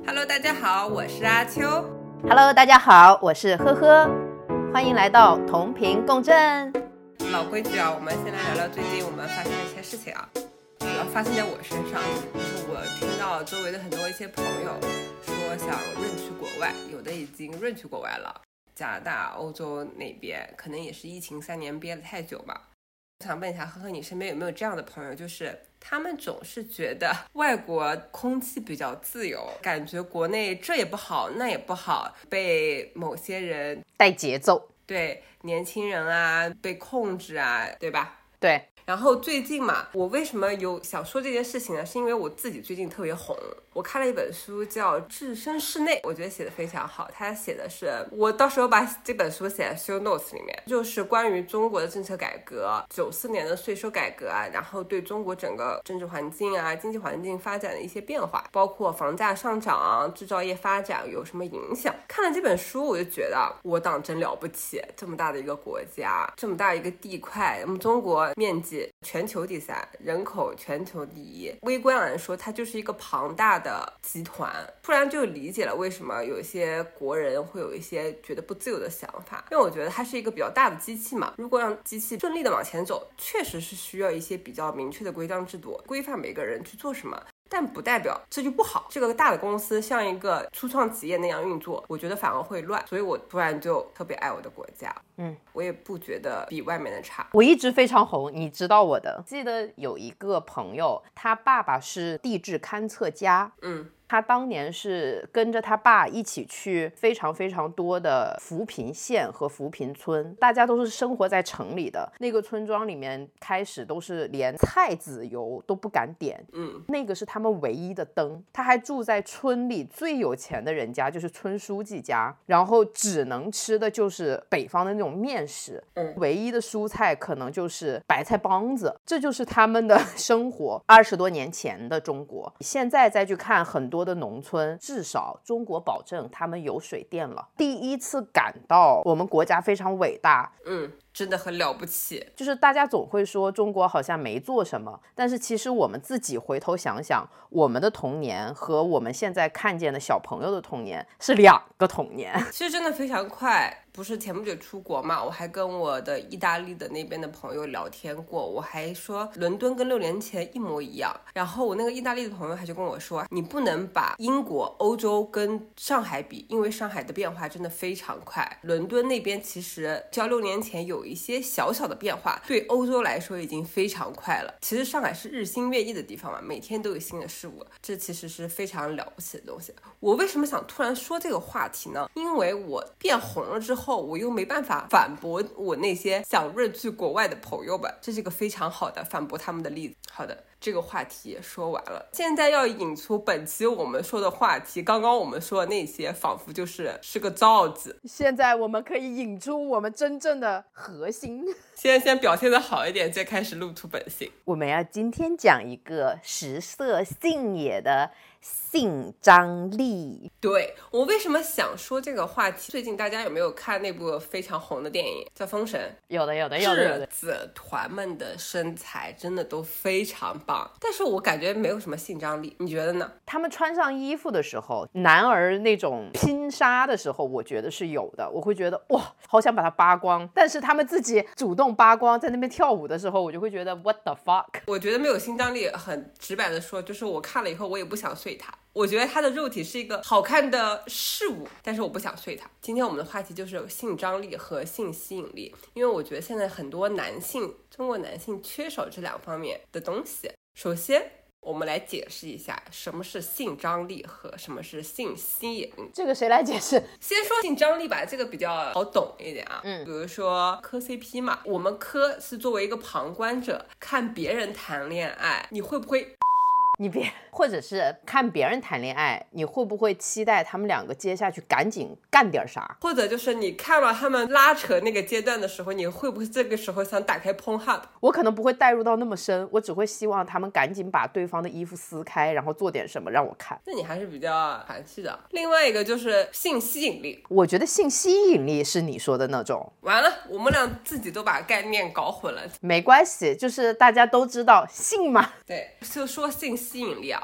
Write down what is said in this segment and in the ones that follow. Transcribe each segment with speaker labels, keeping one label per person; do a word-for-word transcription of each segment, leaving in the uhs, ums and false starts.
Speaker 1: Hello， 大家好，我是阿秋。
Speaker 2: Hello， 大家好，我是呵呵，欢迎来到同频共振。
Speaker 1: 老规矩啊，我们先来聊聊最近我们发生的一些事情啊，主要发生在我身上。就是我听到周围的很多一些朋友说想润去国外，有的已经润去国外了，加拿大、欧洲那边可能也是疫情三年憋得太久吧。我想问一下呵呵，你身边有没有这样的朋友，就是他们总是觉得外国空气比较自由，感觉国内这也不好那也不好，被某些人
Speaker 2: 带节奏，
Speaker 1: 对年轻人啊被控制啊，对吧？
Speaker 2: 对。
Speaker 1: 然后最近嘛，我为什么有想说这件事情呢？是因为我自己最近特别红，我看了一本书叫《置身事内》，我觉得写的非常好。他写的是，我到时候把这本书写在 show notes 里面，就是关于中国的政策改革，九四年的税收改革啊，然后对中国整个政治环境啊、经济环境发展的一些变化，包括房价上涨啊、制造业发展有什么影响。看了这本书，我就觉得我党真了不起，这么大的一个国家，这么大一个地块，我们中国面积全球第三，人口全球第一，微观来说它就是一个庞大的集团。突然就理解了为什么有些国人会有一些觉得不自由的想法，因为我觉得它是一个比较大的机器嘛，如果让机器顺利的往前走，确实是需要一些比较明确的规章制度，规范每个人去做什么，但不代表这就不好。这个大的公司像一个初创企业那样运作，我觉得反而会乱，所以我突然就特别爱我的国家。嗯，我也不觉得比外面的差。
Speaker 2: 我一直非常红，你知道我的。记得有一个朋友，他爸爸是地质勘测家。嗯。他当年是跟着他爸一起去非常非常多的扶贫县和扶贫村，大家都是生活在城里的。那个村庄里面开始都是连菜籽油都不敢点，嗯，那个是他们唯一的灯。他还住在村里最有钱的人家，就是村书记家，然后只能吃的就是北方的那种面食，嗯，唯一的蔬菜可能就是白菜帮子，这就是他们的生活。二十多年前的中国，现在再去看很多的农村，至少中国保证他们有水电了。第一次感到我们国家非常伟大，
Speaker 1: 嗯，真的很了不起。
Speaker 2: 就是大家总会说中国好像没做什么，但是其实我们自己回头想想，我们的童年和我们现在看见的小朋友的童年是两个童年。
Speaker 1: 其实真的非常快。不是前不久出国嘛，我还跟我的意大利的那边的朋友聊天过，我还说伦敦跟六年前一模一样。然后我那个意大利的朋友他就跟我说，你不能把英国、欧洲跟上海比，因为上海的变化真的非常快。伦敦那边其实较六年前有一些小小的变化，对欧洲来说已经非常快了。其实上海是日新月异的地方嘛，每天都有新的事物，这其实是非常了不起的东西。我为什么想突然说这个话题呢？因为我变红了之后，后我又没办法反驳我那些想润去国外的朋友们，这是一个非常好的反驳他们的例子。好的，这个话题也说完了，现在要引出本期我们说的话题。刚刚我们说的那些仿佛就是是个造字，
Speaker 2: 现在我们可以引出我们真正的核心。
Speaker 1: 先先表现的好一点，再开始露出本性。
Speaker 2: 我们要今天讲一个食色性也的性张力。
Speaker 1: 对，我为什么想说这个话题？最近大家有没有看那部非常红的电影叫《封神》？
Speaker 2: 有的有的有的有的。
Speaker 1: 质子团们的身材真的都非常棒，但是我感觉没有什么性张力，你觉得呢？
Speaker 2: 他们穿上衣服的时候，男儿那种拼杀的时候，我觉得是有的，我会觉得哇，好想把它扒光。但是他们自己主动扒光在那边跳舞的时候，我就会觉得 what the fuck。
Speaker 1: 我觉得没有性张力，很直白的说，就是我看了以后我也不想睡他。我觉得他的肉体是一个好看的事物，但是我不想睡他。今天我们的话题就是性张力和性吸引力，因为我觉得现在很多男性，中国男性缺少这两方面的东西。首先我们来解释一下什么是性张力和什么是性吸引。
Speaker 2: 这个谁来解释？
Speaker 1: 先说性张力吧，这个比较好懂一点啊。嗯，比如说磕 C P 嘛，我们磕是作为一个旁观者看别人谈恋爱，你会不会
Speaker 2: 你别，或者是看别人谈恋爱，你会不会期待他们两个接下去赶紧干点啥？
Speaker 1: 或者就是你看了他们拉扯那个阶段的时候，你会不会这个时候想打开 Pornhub？
Speaker 2: 我可能不会带入到那么深，我只会希望他们赶紧把对方的衣服撕开，然后做点什么让我看。
Speaker 1: 那你还是比较含蓄的。另外一个就是性吸引力，
Speaker 2: 我觉得性吸引力是你说的那种。
Speaker 1: 完了，我们俩自己都把概念搞混了。
Speaker 2: 没关系，就是大家都知道性嘛。
Speaker 1: 对，就说性吸引力啊，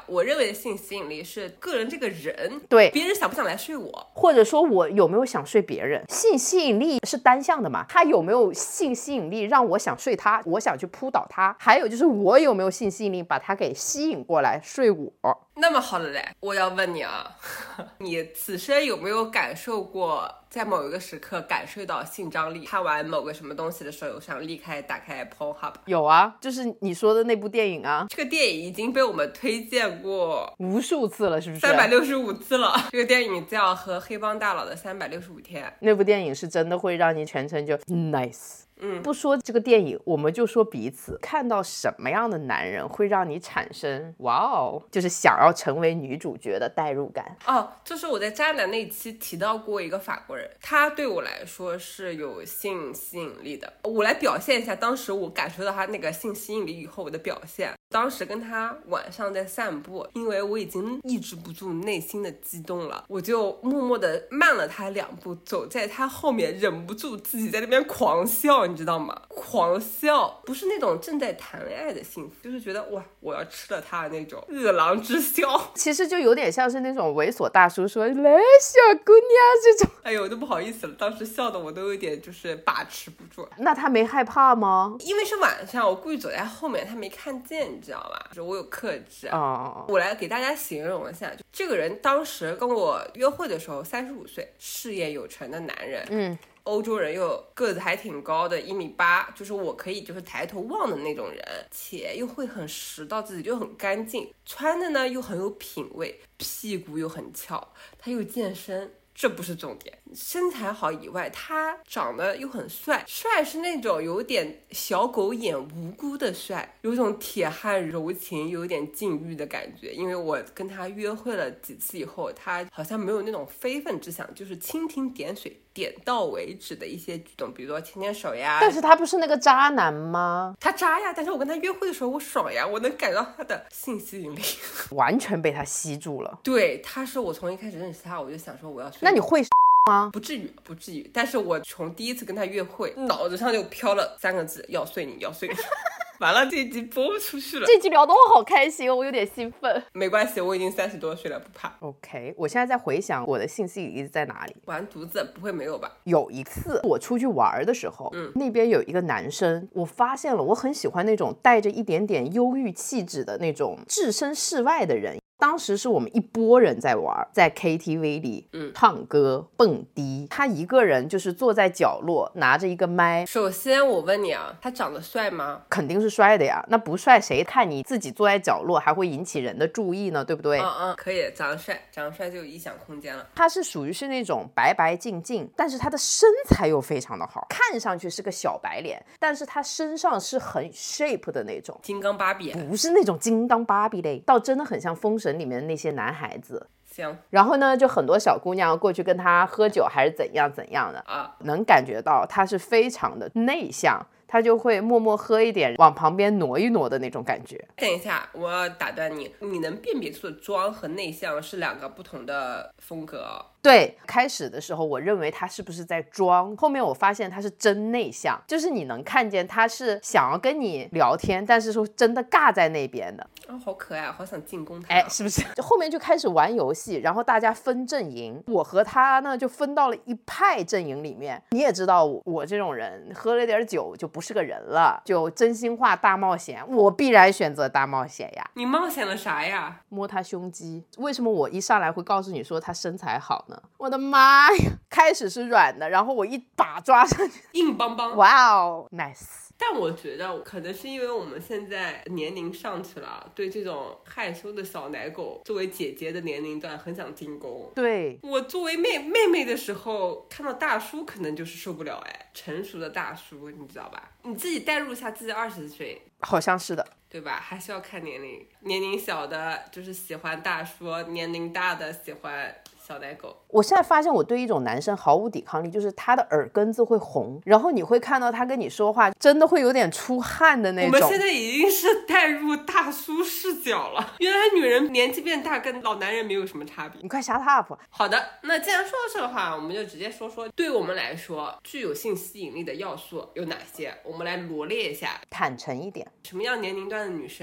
Speaker 1: 我认为的性吸引力是个人这个人，
Speaker 2: 对，
Speaker 1: 别人想不想来睡我，
Speaker 2: 或者说我有没有想睡别人。性吸引力是单向的嘛，他有没有性吸引力让我想睡他，我想去扑倒他，还有就是我有没有性吸引力把他给吸引过来睡我。
Speaker 1: 那么好了嘞，我要问你啊，你此生有没有感受过在某一个时刻感受到性张力，看完某个什么东西的时候想立刻打开 Pornhub？
Speaker 2: 有啊，就是你说的那部电影啊，
Speaker 1: 这个电影已经被我们推荐过
Speaker 2: 无数次了，是不是
Speaker 1: 三百六十五次了。这个电影叫《和黑帮大佬的三百六十五天》，
Speaker 2: 那部电影是真的会让你全程就 nice。嗯，不说这个电影，我们就说彼此，看到什么样的男人会让你产生哇哦，就是想要成为女主角的代入感？
Speaker 1: 哦，就是我在渣男那期提到过一个法国人，他对我来说是有性吸引力的。我来表现一下当时我感受到他那个性吸引力以后我的表现。当时跟他晚上在散步，因为我已经抑制不住内心的激动了，我就默默的慢了他两步，走在他后面，忍不住自己在那边狂笑，你知道吗？狂笑，不是那种正在谈恋爱的幸福，就是觉得哇，我要吃了他的那种饿狼之笑。
Speaker 2: 其实就有点像是那种猥琐大叔说来小姑娘这种，
Speaker 1: 哎呦，我都不好意思了，当时笑的我都有点就是把持不住。
Speaker 2: 那他没害怕吗？
Speaker 1: 因为是晚上，我故意走在后面，他没看见，你知道吧？就是我有克制。
Speaker 2: 哦，
Speaker 1: 我来给大家形容一下，就这个人当时跟我约会的时候，三十五岁，事业有成的男人，
Speaker 2: 嗯。
Speaker 1: 欧洲人又个子还挺高的，一米八，就是我可以就是抬头望的那种人，且又会很拾到自己，就很干净，穿的呢又很有品味，屁股又很翘，他又健身。这不是重点，身材好以外，他长得又很帅，帅是那种有点小狗眼无辜的帅，有种铁汉柔情，有点禁欲的感觉。因为我跟他约会了几次以后，他好像没有那种非分之想，就是蜻蜓点水，点到为止的一些举动，比如说牵牵手呀。
Speaker 2: 但是他不是那个渣男吗？
Speaker 1: 他渣呀，但是我跟他约会的时候我爽呀，我能感到他的性吸引力，
Speaker 2: 完全被他吸住了。
Speaker 1: 对，他是我从一开始认识他，我就想说我要睡。
Speaker 2: 那你会吗？
Speaker 1: 不至于，不至于。但是我从第一次跟他约会，脑子上就飘了三个字：要睡你，要睡你。完了，这一集播不出去了。
Speaker 2: 这集聊得我好开心哦，我有点兴奋。
Speaker 1: 没关系，我已经三十多岁了，不怕。
Speaker 2: OK， 我现在在回想我的性吸引力在哪里。
Speaker 1: 玩犊子不会没有吧？
Speaker 2: 有一次我出去玩的时候，嗯，那边有一个男生，我发现了，我很喜欢那种带着一点点忧郁气质的那种置身事外的人。当时是我们一拨人在玩，在 K T V 里，嗯，唱歌蹦迪，他一个人就是坐在角落拿着一个麦。
Speaker 1: 首先我问你啊，他长得帅吗？
Speaker 2: 肯定是帅的呀，那不帅谁看你自己坐在角落还会引起人的注意呢，对不对？
Speaker 1: 嗯嗯，可以，长得帅，长得帅就有臆想空间了。
Speaker 2: 他是属于是那种白白净净，但是他的身材又非常的好，看上去是个小白脸，但是他身上是很 shape 的那种，
Speaker 1: 金刚芭比，
Speaker 2: 不是那种金刚芭比类，倒真的很像封神里面的那些男孩子。
Speaker 1: 行，
Speaker 2: 然后呢，就很多小姑娘过去跟他喝酒，还是怎样怎样的
Speaker 1: 啊，
Speaker 2: 能感觉到他是非常的内向，他就会默默喝一点，往旁边挪一挪的那种感觉。
Speaker 1: 等一下，我要打断你，你能辨别出的装和内向是两个不同的风格哦。
Speaker 2: 对，开始的时候我认为他是不是在装，后面我发现他是真内向，就是你能看见他是想要跟你聊天，但是说真的尬在那边的。
Speaker 1: 哦，好可爱，好想进攻他。
Speaker 2: 哎，是不是？就后面就开始玩游戏，然后大家分阵营，我和他呢就分到了一派阵营里面。你也知道我，我这种人喝了点酒就不是个人了，就真心话大冒险，我必然选择大冒险呀。
Speaker 1: 你冒险了啥呀？
Speaker 2: 摸他胸肌。为什么我一上来会告诉你说他身材好呢？我的妈呀，开始是软的，然后我一把抓上去，
Speaker 1: 硬邦邦。
Speaker 2: 哇哦 nice。
Speaker 1: 但我觉得可能是因为我们现在年龄上去了，对这种害羞的小奶狗作为姐姐的年龄段很想进攻。
Speaker 2: 对，
Speaker 1: 我作为妹妹妹的时候看到大叔可能就是受不了，哎，成熟的大叔你知道吧，你自己代入一下自己二十岁，
Speaker 2: 好像是的，
Speaker 1: 对吧？还是要看年龄，年龄小的就是喜欢大叔，年龄大的喜欢小奶狗。
Speaker 2: 我现在发现我对一种男生毫无抵抗力，就是他的耳根子会红，然后你会看到他跟你说话真的会有点出汗的那种。
Speaker 1: 我们现在已经是带入大叔视角了，原来女人年纪变大跟老男人没有什么差别。
Speaker 2: 你快 shut up。
Speaker 1: 好的，那既然说到这的话，我们就直接说说对我们来说具有性吸引力的要素有哪些，我们来罗列一下。
Speaker 2: 坦诚一点，
Speaker 1: 什么样年龄段的女生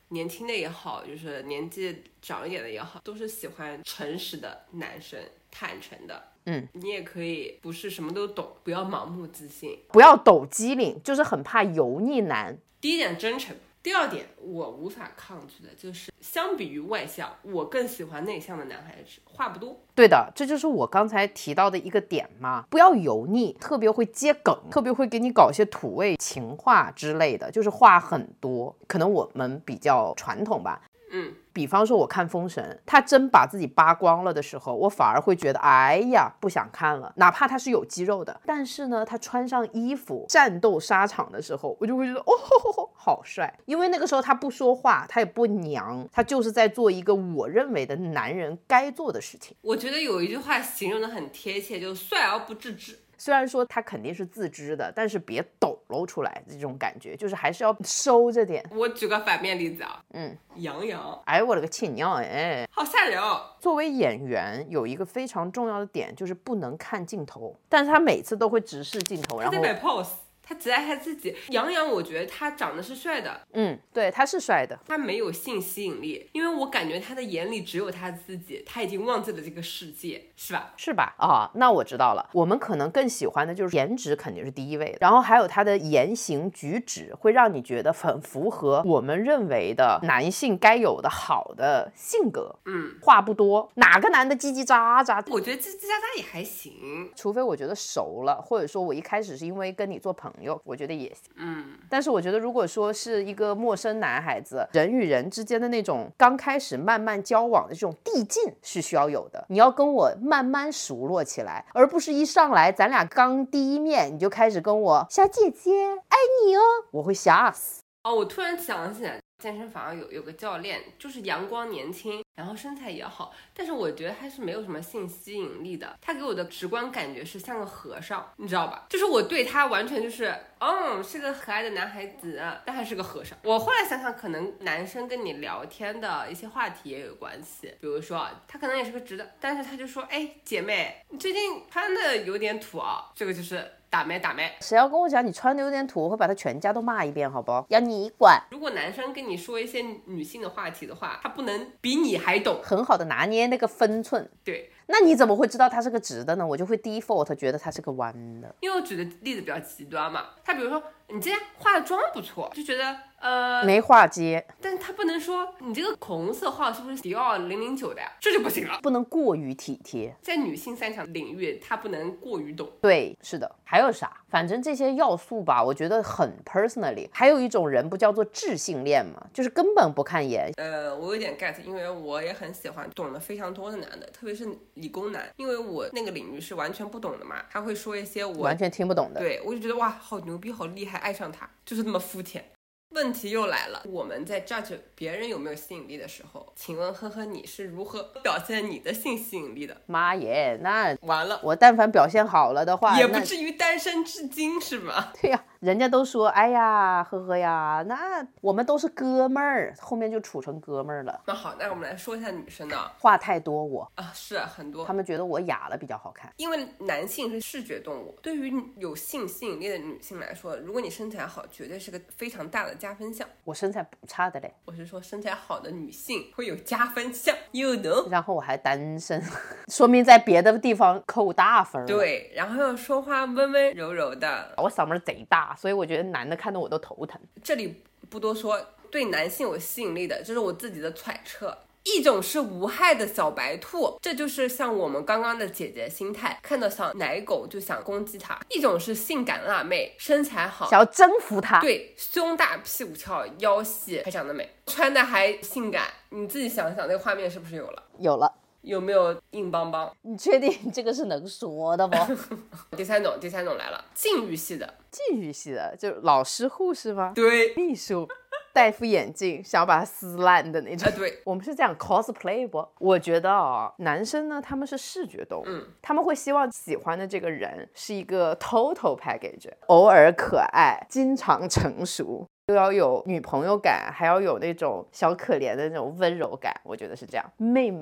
Speaker 1: 年轻的也好，就是年纪长一点的也好，都是喜欢诚实的男生，坦诚的。
Speaker 2: 嗯，
Speaker 1: 你也可以不是什么都懂，不要盲目自信，
Speaker 2: 不要抖机灵，就是很怕油腻男。
Speaker 1: 第一点真诚，第二点我无法抗拒的就是相比于外向，我更喜欢内向的男孩子，话不多。
Speaker 2: 对的，这就是我刚才提到的一个点嘛，不要油腻，特别会接梗，特别会给你搞些土味情话之类的，就是话很多。可能我们比较传统吧。
Speaker 1: 嗯，
Speaker 2: 比方说我看封神，他真把自己扒光了的时候，我反而会觉得哎呀不想看了，哪怕他是有肌肉的，但是呢他穿上衣服战斗沙场的时候，我就会觉得哦吼吼吼好帅，因为那个时候他不说话，他也不娘，他就是在做一个我认为的男人该做的事情。
Speaker 1: 我觉得有一句话形容的很贴切，就是帅而不自知。
Speaker 2: 虽然说他肯定是自知的，但是别抖露出来，这种感觉就是还是要收着点。
Speaker 1: 我举个反面例子啊，
Speaker 2: 嗯，
Speaker 1: 杨洋，
Speaker 2: 哎我的个亲娘哎，
Speaker 1: 好吓人哦。
Speaker 2: 作为演员有一个非常重要的点，就是不能看镜头，但是他每次都会直视镜头，然后
Speaker 1: 他在摆 pose， 他只爱他自己。杨洋我觉得他长得是帅的，
Speaker 2: 嗯，对，他是帅的，
Speaker 1: 他没有性吸引力，因为我感觉他的眼里只有他自己，他已经忘记了这个世界，是吧？
Speaker 2: 是吧？啊，那我知道了。我们可能更喜欢的就是颜值肯定是第一位的，然后还有他的言行举止会让你觉得很符合我们认为的男性该有的好的性格。
Speaker 1: 嗯，
Speaker 2: 话不多，哪个男的叽叽喳喳？
Speaker 1: 我觉得叽叽喳喳也还行，
Speaker 2: 除非我觉得熟了，或者说我一开始是因为跟你做朋友，我觉得也行。
Speaker 1: 嗯，
Speaker 2: 但是我觉得如果说是一个陌生男孩子，人与人之间的那种刚开始慢慢交往的这种递进是需要有的，你要跟我慢慢熟络起来，而不是一上来咱俩刚第一面你就开始跟我小姐姐爱你哦，我会吓死。
Speaker 1: 哦，我突然想起来，健身房有有个教练，就是阳光年轻，然后身材也好，但是我觉得他是没有什么性吸引力的。他给我的直观感觉是像个和尚，你知道吧？就是我对他完全就是，嗯，是个可爱的男孩子，但还是个和尚。我后来想想，可能男生跟你聊天的一些话题也有关系，比如说他可能也是个直的，但是他就说，哎，姐妹，你最近穿的有点土啊，这个就是打咩打咩。
Speaker 2: 谁要跟我讲你穿的有点土，我会把他全家都骂一遍，好不好？要你管。
Speaker 1: 如果男生跟你说一些女性的话题的话，他不能比你还懂，
Speaker 2: 很好的拿捏那个分寸。
Speaker 1: 对，
Speaker 2: 那你怎么会知道他是个直的呢？我就会 default 觉得他是个弯的。
Speaker 1: 因为我举的例子比较极端嘛，他比如说你今天化的妆不错，就觉得呃
Speaker 2: 没化接，
Speaker 1: 但是他不能说你这个口红色号是不是迪奥零零九的呀，这就不行了，
Speaker 2: 不能过于体贴。
Speaker 1: 在女性三强领域他不能过于懂。
Speaker 2: 对，是的。还有啥？反正这些要素吧，我觉得很 personally。还有一种人不叫做智性恋嘛，就是根本不看颜。
Speaker 1: 呃，我有点 get， 因为我也很喜欢懂得非常多的男的，特别是理工男，因为我那个领域是完全不懂的嘛，他会说一些我
Speaker 2: 完全听不懂的，
Speaker 1: 对，我就觉得哇，好牛逼，好厉害，爱上他，就是这么肤浅。问题又来了，我们在 judge 别人有没有吸引力的时候，请问呵呵你是如何表现你的性吸引力的？
Speaker 2: 妈耶，那
Speaker 1: 完了，
Speaker 2: 我但凡表现好了的话，
Speaker 1: 也不至于单身至今是吗？
Speaker 2: 对呀，人家都说哎呀呵呵呀，那我们都是哥们儿，后面就处成哥们儿了。
Speaker 1: 那好，那我们来说一下女生的。
Speaker 2: 话太多我
Speaker 1: 啊，是很多，
Speaker 2: 他们觉得我哑了比较好看，
Speaker 1: 因为男性是视觉动物，对于有性吸引力的女性来说，如果你身材好，绝对是个非常大的加分项。
Speaker 2: 我身材不差的嘞，
Speaker 1: 我是说身材好的女性会有加分项 you know，
Speaker 2: 然后我还单身，说明在别的地方扣大分了。
Speaker 1: 对，然后又说话温温柔柔的，
Speaker 2: 我嗓门贼大，所以我觉得男的看到我都头疼。
Speaker 1: 这里不多说，对男性有吸引力的，这是我自己的揣测。一种是无害的小白兔，这就是像我们刚刚的姐姐心态，看到小奶狗就想攻击它。一种是性感辣妹，身材好，
Speaker 2: 想要征服它，
Speaker 1: 对，胸大屁股翘腰细，还长得美，穿的还性感，你自己想想那个画面是不是有了？
Speaker 2: 有了。
Speaker 1: 有没有硬邦邦？
Speaker 2: 你确定这个是能说的不？
Speaker 1: 第三种，第三种来了，禁欲系的。
Speaker 2: 禁欲系的，就老师、护士吗？
Speaker 1: 对，
Speaker 2: 秘书。戴副眼镜想要把它撕烂的那种、
Speaker 1: 啊、对，
Speaker 2: 我们是这样 cosplay 不？我觉得啊、哦，男生呢他们是视觉动物、
Speaker 1: 嗯，
Speaker 2: 他们会希望喜欢的这个人是一个 total package， 偶尔可爱，经常成熟，又要有女朋友感，还要有那种小可怜的那种温柔感，我觉得是这样。妹妹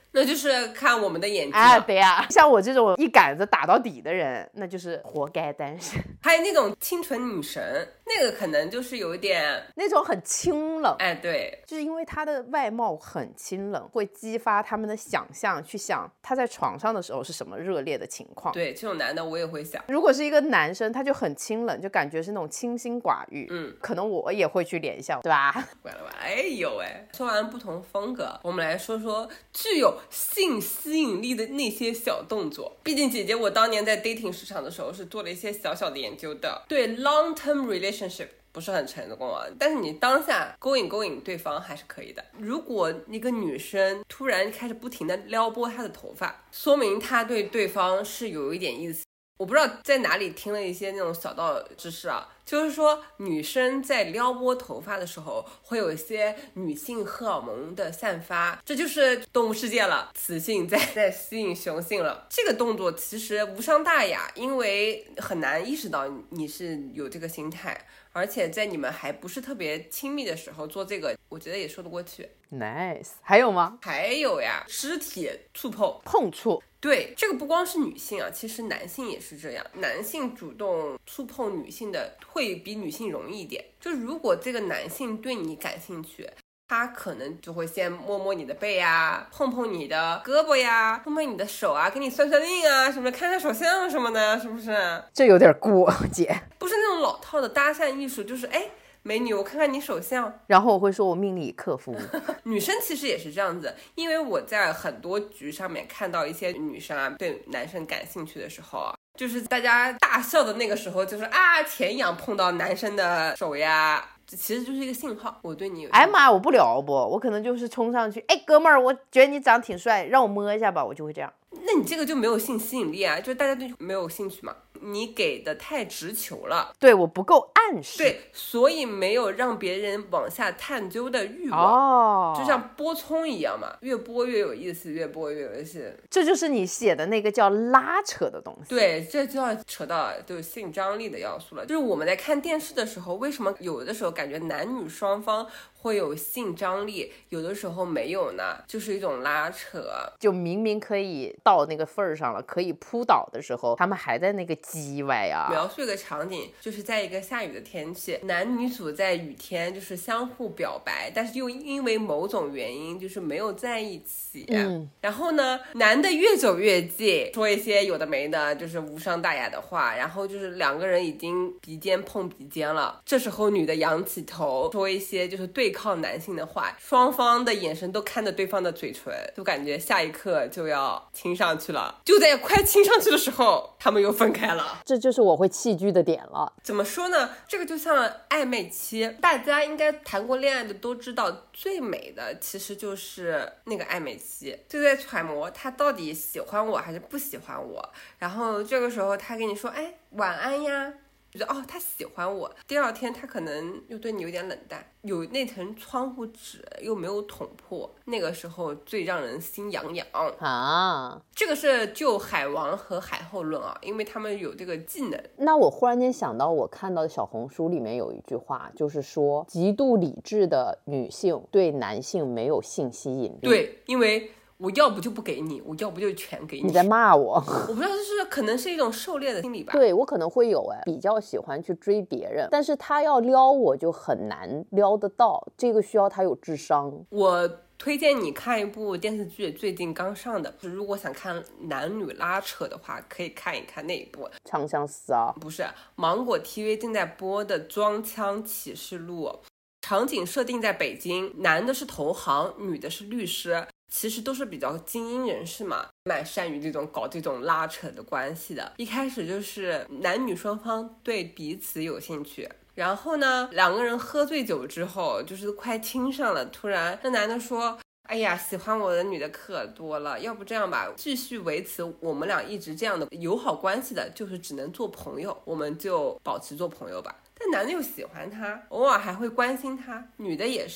Speaker 1: 那就是看我们的眼睛
Speaker 2: 啊，对呀、啊，像我这种一杆子打到底的人，那就是活该单身。
Speaker 1: 还有那种清纯女神，那个可能就是有点
Speaker 2: 那种很清冷，
Speaker 1: 哎，对，
Speaker 2: 就是因为他的外貌很清冷，会激发他们的想象，去想他在床上的时候是什么热烈的情况。
Speaker 1: 对，这种男的我也会想。
Speaker 2: 如果是一个男生，他就很清冷，就感觉是那种清心寡欲，
Speaker 1: 嗯，
Speaker 2: 可能我也会去联想，对吧？
Speaker 1: 完了完了，哎呦哎！说完不同风格，我们来说说具有性吸引力的那些小动作。毕竟姐姐我当年在 dating 市场的时候是做了一些小小的研究的。对 long term relationship 不是很成功啊，但是你当下勾引勾引对方还是可以的。如果一个女生突然开始不停的撩拨她的头发，说明她对对方是有一点意思。我不知道在哪里听了一些那种小道知识啊，就是说女生在撩拨头发的时候会有一些女性荷尔蒙的散发，这就是动物世界了，雌性在在吸引雄性了。这个动作其实无伤大雅，因为很难意识到你是有这个心态，而且在你们还不是特别亲密的时候做这个，我觉得也说得过去。
Speaker 2: Nice。 还有吗？
Speaker 1: 还有呀，肢体触碰
Speaker 2: 碰触。
Speaker 1: 对，这个不光是女性啊，其实男性也是这样。男性主动触碰女性的会比女性容易一点，就如果这个男性对你感兴趣，他可能就会先摸摸你的背呀，碰碰你的胳膊呀，碰碰你的手啊，给你算算命啊，什么看看手相什么的，是不是？
Speaker 2: 这有点过姐，
Speaker 1: 不是那种老套的搭讪艺术，就是哎，美女，我看看你手相，
Speaker 2: 然后我会说我命里克夫。
Speaker 1: 女生其实也是这样子，因为我在很多局上面看到一些女生啊对男生感兴趣的时候啊，就是大家大笑的那个时候，就是啊前仰碰到男生的手呀，这其实就是一个信号，我对你有。
Speaker 2: 哎妈，我不聊不，我可能就是冲上去，哎哥们儿，我觉得你长挺帅，让我摸一下吧，我就会这样。
Speaker 1: 那你这个就没有性吸引力啊，就是大家对没有兴趣嘛，你给的太直球了，
Speaker 2: 对我不够暗示，
Speaker 1: 对，所以没有让别人往下探究的欲望。
Speaker 2: 哦，
Speaker 1: 就像剥葱一样嘛，越剥越有意思，越剥越有意思。
Speaker 2: 这就是你写的那个叫拉扯的东西。
Speaker 1: 对，这就要扯到就是性张力的要素了。就是我们在看电视的时候，为什么有的时候感觉男女双方会有性张力，有的时候没有呢？就是一种拉扯。
Speaker 2: 就明明可以到那个份儿上了，可以扑倒的时候，他们还在那个叽歪啊。
Speaker 1: 描述一个场景，就是在一个下雨的天气，男女主在雨天就是相互表白，但是又因为某种原因就是没有在一起。
Speaker 2: 嗯，
Speaker 1: 然后呢，男的越走越近，说一些有的没的，就是无伤大雅的话，然后就是两个人已经鼻尖碰鼻尖了，这时候女的仰起头，说一些就是对抗男性的话，双方的眼神都看着对方的嘴唇，就感觉下一刻就要亲上去了。就在快亲上去的时候，他们又分开了。
Speaker 2: 这就是我会弃剧的点了。
Speaker 1: 怎么说呢？这个就像暧昧期，大家应该谈过恋爱的都知道，最美的其实就是那个暧昧期，就在揣摩他到底喜欢我还是不喜欢我。然后这个时候他跟你说，哎，晚安呀。觉得哦，他喜欢我。第二天他可能又对你有点冷淡，有那层窗户纸又没有捅破，那个时候最让人心痒痒
Speaker 2: 啊。
Speaker 1: 这个是就海王和海后论啊，因为他们有这个技能。
Speaker 2: 那我忽然间想到，我看到的小红书里面有一句话，就是说极度理智的女性对男性没有性吸引力。
Speaker 1: 对，因为我要不就不给你，我要不就全给你。
Speaker 2: 你在骂我？
Speaker 1: 我不知道，就是可能是一种狩猎的心理吧。
Speaker 2: 对，我可能会有哎，比较喜欢去追别人，但是他要撩我就很难撩得到，这个需要他有智商。
Speaker 1: 我推荐你看一部电视剧，最近刚上的，如果想看男女拉扯的话，可以看一看那一部《
Speaker 2: 长相思》啊，
Speaker 1: 不是芒果 T V 正在播的《装腔启示录》，场景设定在北京，男的是投行，女的是律师。其实都是比较精英人士嘛，蛮善于这种搞这种拉扯的关系的。一开始就是男女双方对彼此有兴趣，然后呢，两个人喝醉酒之后，就是快亲上了，突然那男的说，哎呀，喜欢我的女的可多了，要不这样吧，继续维持我们俩一直这样的友好关系的，就是只能做朋友，我们就保持做朋友吧。但男的又喜欢他，偶尔还会关心他，女的也是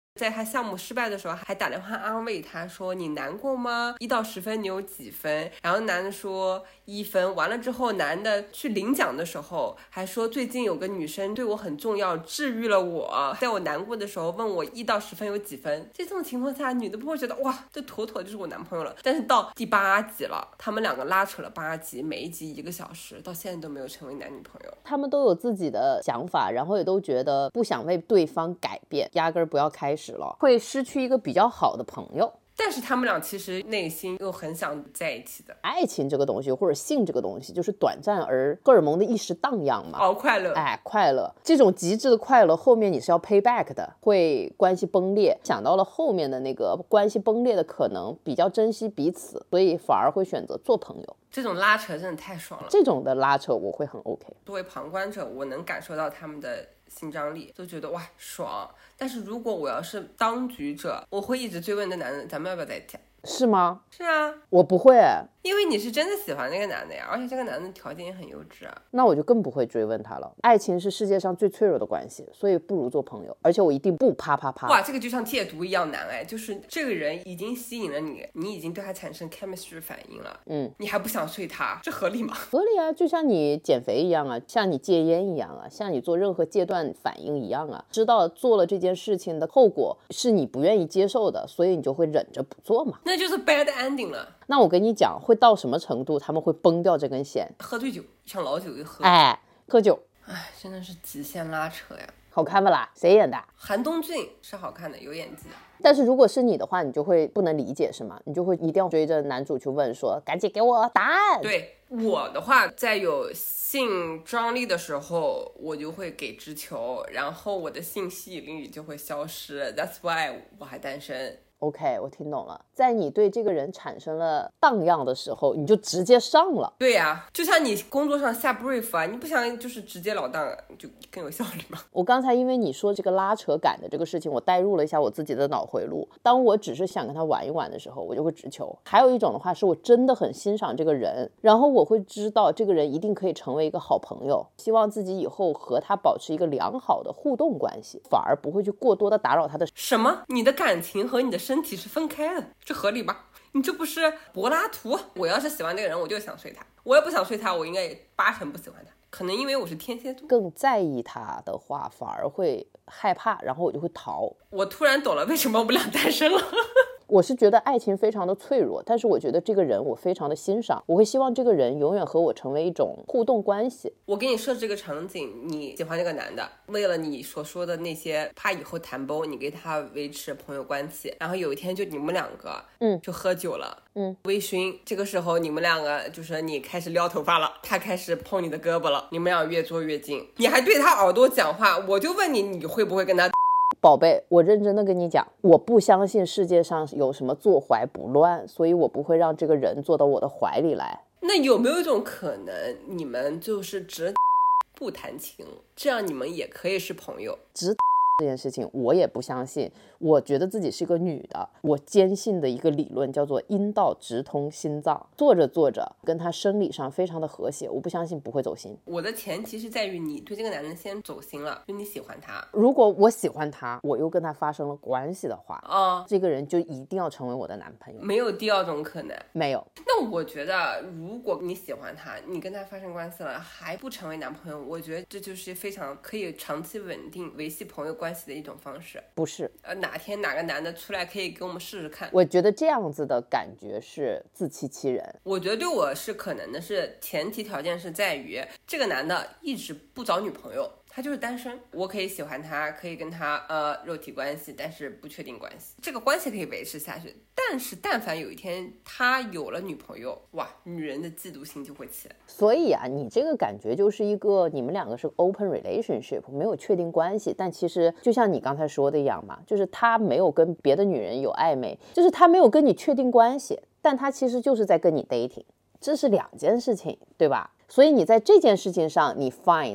Speaker 1: 在他项目失败的时候还打电话安慰他说你难过吗？一到十分你有几分？然后男的说一分。完了之后男的去领奖的时候还说最近有个女生对我很重要，治愈了我，在我难过的时候问我一到十分有几分。这种情况下女的不会觉得哇这妥妥就是我男朋友了。但是到第八集了，他们两个拉扯了八集，每一集一个小时，到现在都没有成为男女朋友。
Speaker 2: 他们都有自己的想法，然后也都觉得不想为对方改变，压根儿不要开始了，会失去一个比较好的朋友。
Speaker 1: 但是他们俩其实内心又很想在一起的。
Speaker 2: 爱情这个东西或者性这个东西就是短暂而荷尔蒙的一时荡漾嘛。
Speaker 1: 哦，快乐，
Speaker 2: 哎，快乐，这种极致的快乐后面你是要 pay back 的，会关系崩裂。想到了后面的那个关系崩裂的可能，比较珍惜彼此，所以反而会选择做朋友。
Speaker 1: 这种拉扯真的太爽了，
Speaker 2: 这种的拉扯我会很 OK。
Speaker 1: 作为旁观者我能感受到他们的心张力，就觉得哇爽。但是如果我要是当局者，我会一直追问那男人咱们要不要在一起。
Speaker 2: 是吗？
Speaker 1: 是啊，
Speaker 2: 我不会，
Speaker 1: 因为你是真的喜欢那个男的呀，而且这个男的条件也很优质啊。
Speaker 2: 那我就更不会追问他了。爱情是世界上最脆弱的关系，所以不如做朋友，而且我一定不啪啪啪。
Speaker 1: 哇，这个就像戒毒一样难哎，就是这个人已经吸引了你，你已经对他产生 chemistry 反应了，嗯，你还不想睡他，这合理吗？
Speaker 2: 合理啊，就像你减肥一样啊，像你戒烟一样啊，像你做任何戒断反应一样啊，知道做了这件事情的后果是你不愿意接受的，所以你就会忍着不做嘛。
Speaker 1: 那就是 bad ending 了。
Speaker 2: 那我跟你讲，会到什么程度他们会崩掉这根线？
Speaker 1: 喝醉酒，像老酒一喝。
Speaker 2: 哎，喝酒，
Speaker 1: 哎，真的是极限拉扯呀。
Speaker 2: 好看不啦？谁演的？
Speaker 1: 韩东俊是好看的，有演技。
Speaker 2: 但是如果是你的话，你就会不能理解是吗？你就会一定要追着男主去问说，赶紧给我答案。
Speaker 1: 对，我的话，在有性张力的时候，我就会给直球，然后我的性吸引力就会消失。That's why 我还单身。
Speaker 2: OK， 我听懂了。在你对这个人产生了荡漾的时候，你就直接上了。
Speaker 1: 对呀、啊，就像你工作上下 brief 啊，你不想就是直接了当，就更有效率吗？
Speaker 2: 我刚才因为你说这个拉扯感的这个事情，我带入了一下我自己的脑回路。当我只是想跟他玩一玩的时候，我就会直球。还有一种的话，是我真的很欣赏这个人，然后我会知道这个人一定可以成为一个好朋友，希望自己以后和他保持一个良好的互动关系，反而不会去过多的打扰他的。
Speaker 1: 什么？你的感情和你的身体是分开的，这合理吧？你这不是柏拉图？我要是喜欢这个人，我就想睡他；我要不想睡他，我应该也八成不喜欢他。可能因为我是天蝎座，
Speaker 2: 更在意他的话，反而会害怕，然后我就会逃。
Speaker 1: 我突然懂了为什么我们俩单身了。
Speaker 2: 我是觉得爱情非常的脆弱，但是我觉得这个人我非常的欣赏，我会希望这个人永远和我成为一种互动关系。
Speaker 1: 我给你设置这个场景，你喜欢这个男的，为了你所说的那些怕以后谈崩，你给他维持朋友关系，然后有一天就你们两个嗯就喝酒了，嗯微醺，这个时候你们两个就是你开始撩头发了，他开始碰你的胳膊了，你们俩越坐越近，你还对他耳朵讲话，我就问你你会不会跟他？
Speaker 2: 宝贝，我认真的跟你讲，我不相信世界上有什么坐怀不乱，所以我不会让这个人坐到我的怀里来。
Speaker 1: 那有没有一种可能，你们就是只不谈情，这样你们也可以是朋友？
Speaker 2: 只这件事情我也不相信，我觉得自己是个女的，我坚信的一个理论叫做阴道直通心脏，做着做着跟他生理上非常的和谐，我不相信不会走心。
Speaker 1: 我的前提是在于你对这个男人先走心了，就你喜欢他。
Speaker 2: 如果我喜欢他，我又跟他发生了关系的话，
Speaker 1: 啊、嗯，
Speaker 2: 这个人就一定要成为我的男朋友。
Speaker 1: 没有第二种可能？
Speaker 2: 没有。
Speaker 1: 那我觉得如果你喜欢他，你跟他发生关系了还不成为男朋友，我觉得这就是非常可以长期稳定维系朋友关系的一种方式。
Speaker 2: 不是，
Speaker 1: 呃，哪天哪个男的出来可以给我们试试看。
Speaker 2: 我觉得这样子的感觉是自欺欺人。
Speaker 1: 我觉得对我是可能的，是前提条件是在于这个男的一直不找女朋友，他就是单身，我可以喜欢他，可以跟他呃肉体关系，但是不确定关系，这个关系可以维持下去。但是但凡有一天他有了女朋友，哇，女人的嫉妒心就会起来。
Speaker 2: 所以啊，你这个感觉就是一个你们两个是 open relationship， 没有确定关系，但其实就像你刚才说的一样嘛，就是他没有跟别的女人有暧昧，就是他没有跟你确定关系，但他其实就是在跟你 dating， 这是两件事情，对吧？所以你在这件事情上你 fine 的，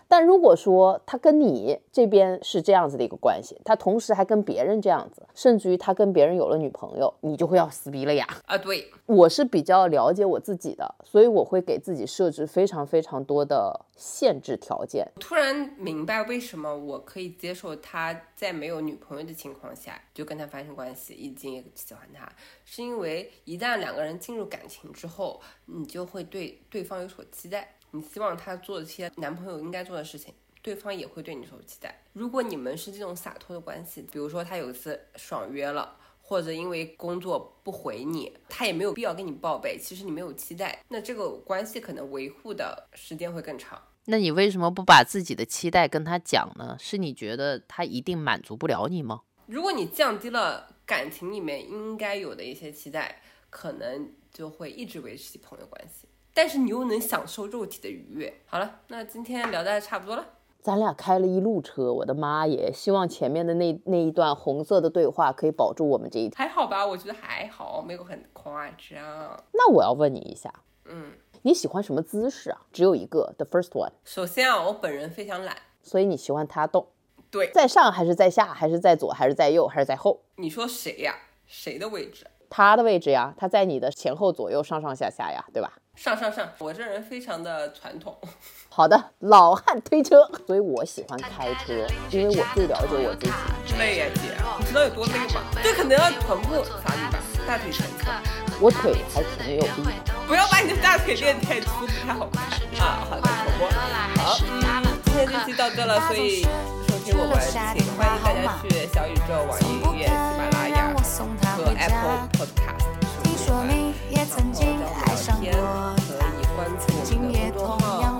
Speaker 2: 但如果说他跟你这边是这样子的一个关系，他同时还跟别人这样子，甚至于他跟别人有了女朋友，你就会要撕逼了呀。
Speaker 1: 啊，对，
Speaker 2: 我是比较了解我自己的，所以我会给自己设置非常非常多的限制条件。
Speaker 1: 突然明白为什么我可以接受他在没有女朋友的情况下就跟他发生关系，已经喜欢他，是因为一旦两个人进入感情之后，你就会对对方有所期待，你希望他做一些男朋友应该做的事情，对方也会对你有所期待。如果你们是这种洒脱的关系，比如说他有一次爽约了，或者因为工作不回你，他也没有必要跟你报备，其实你没有期待，那这个关系可能维护的时间会更长。
Speaker 2: 那你为什么不把自己的期待跟他讲呢？是你觉得他一定满足不了你吗？
Speaker 1: 如果你降低了感情里面应该有的一些期待，可能就会一直维持朋友关系，但是你又能享受肉体的愉悦。好了，那今天聊的差不多了。
Speaker 2: 咱俩开了一路车，我的妈耶！希望前面的那那一段红色的对话可以保住我们这一条。
Speaker 1: 还好吧，我觉得还好，没有很夸张。
Speaker 2: 那我要问你一下，
Speaker 1: 嗯，
Speaker 2: 你喜欢什么姿势啊？只有一个 ，the first one。
Speaker 1: 首先啊，我本人非常懒，
Speaker 2: 所以你喜欢他动。
Speaker 1: 对，
Speaker 2: 在上还是在下，还是在左，还是在右，还是在后？
Speaker 1: 你说谁呀？谁的位置？
Speaker 2: 他的位置呀，他在你的前后左右上上下下呀，对吧？
Speaker 1: 上上上，我这人非常的传统。
Speaker 2: 好的，老汉推车，所以我喜欢开车，因为我最了解我自己。
Speaker 1: 累呀姐，你知道有多累吗？这可能要臀部发力吧，大腿前侧。
Speaker 2: 我腿还挺有力的。
Speaker 1: 不要把你的大腿练太粗，不太好看啊。好的，口播。好，嗯，今天这期到这了，所以收听我们，请欢迎大家去小宇宙、网易音乐、喜马拉雅和 Apple Podcast。听说你也曾经爱上过，可以关注我们的公众号。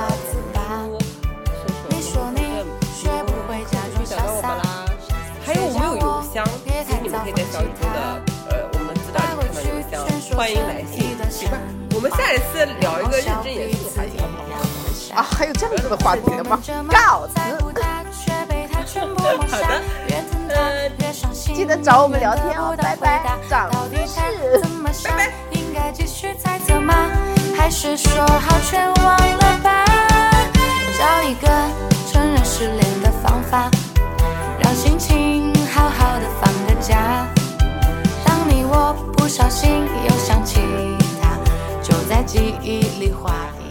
Speaker 1: 你说你学不会假装潇洒。还有我们有邮箱，其实你们可以在小宇宙的呃，我们知道你看到邮箱，欢迎来信。喜欢，我们下一次聊一个认真严肃的话题好不好？
Speaker 2: 啊，还有这样子的话题的吗？告辞。
Speaker 1: 好的，呃，
Speaker 2: 记得找我们聊天哦，拜拜。长知识，
Speaker 1: 拜拜。
Speaker 3: 应该继续猜测吗？还是说好全忘了吧？找一个承认失恋的方法，让心情好好的放个假。当你我不小心又想起他，就在记忆里画一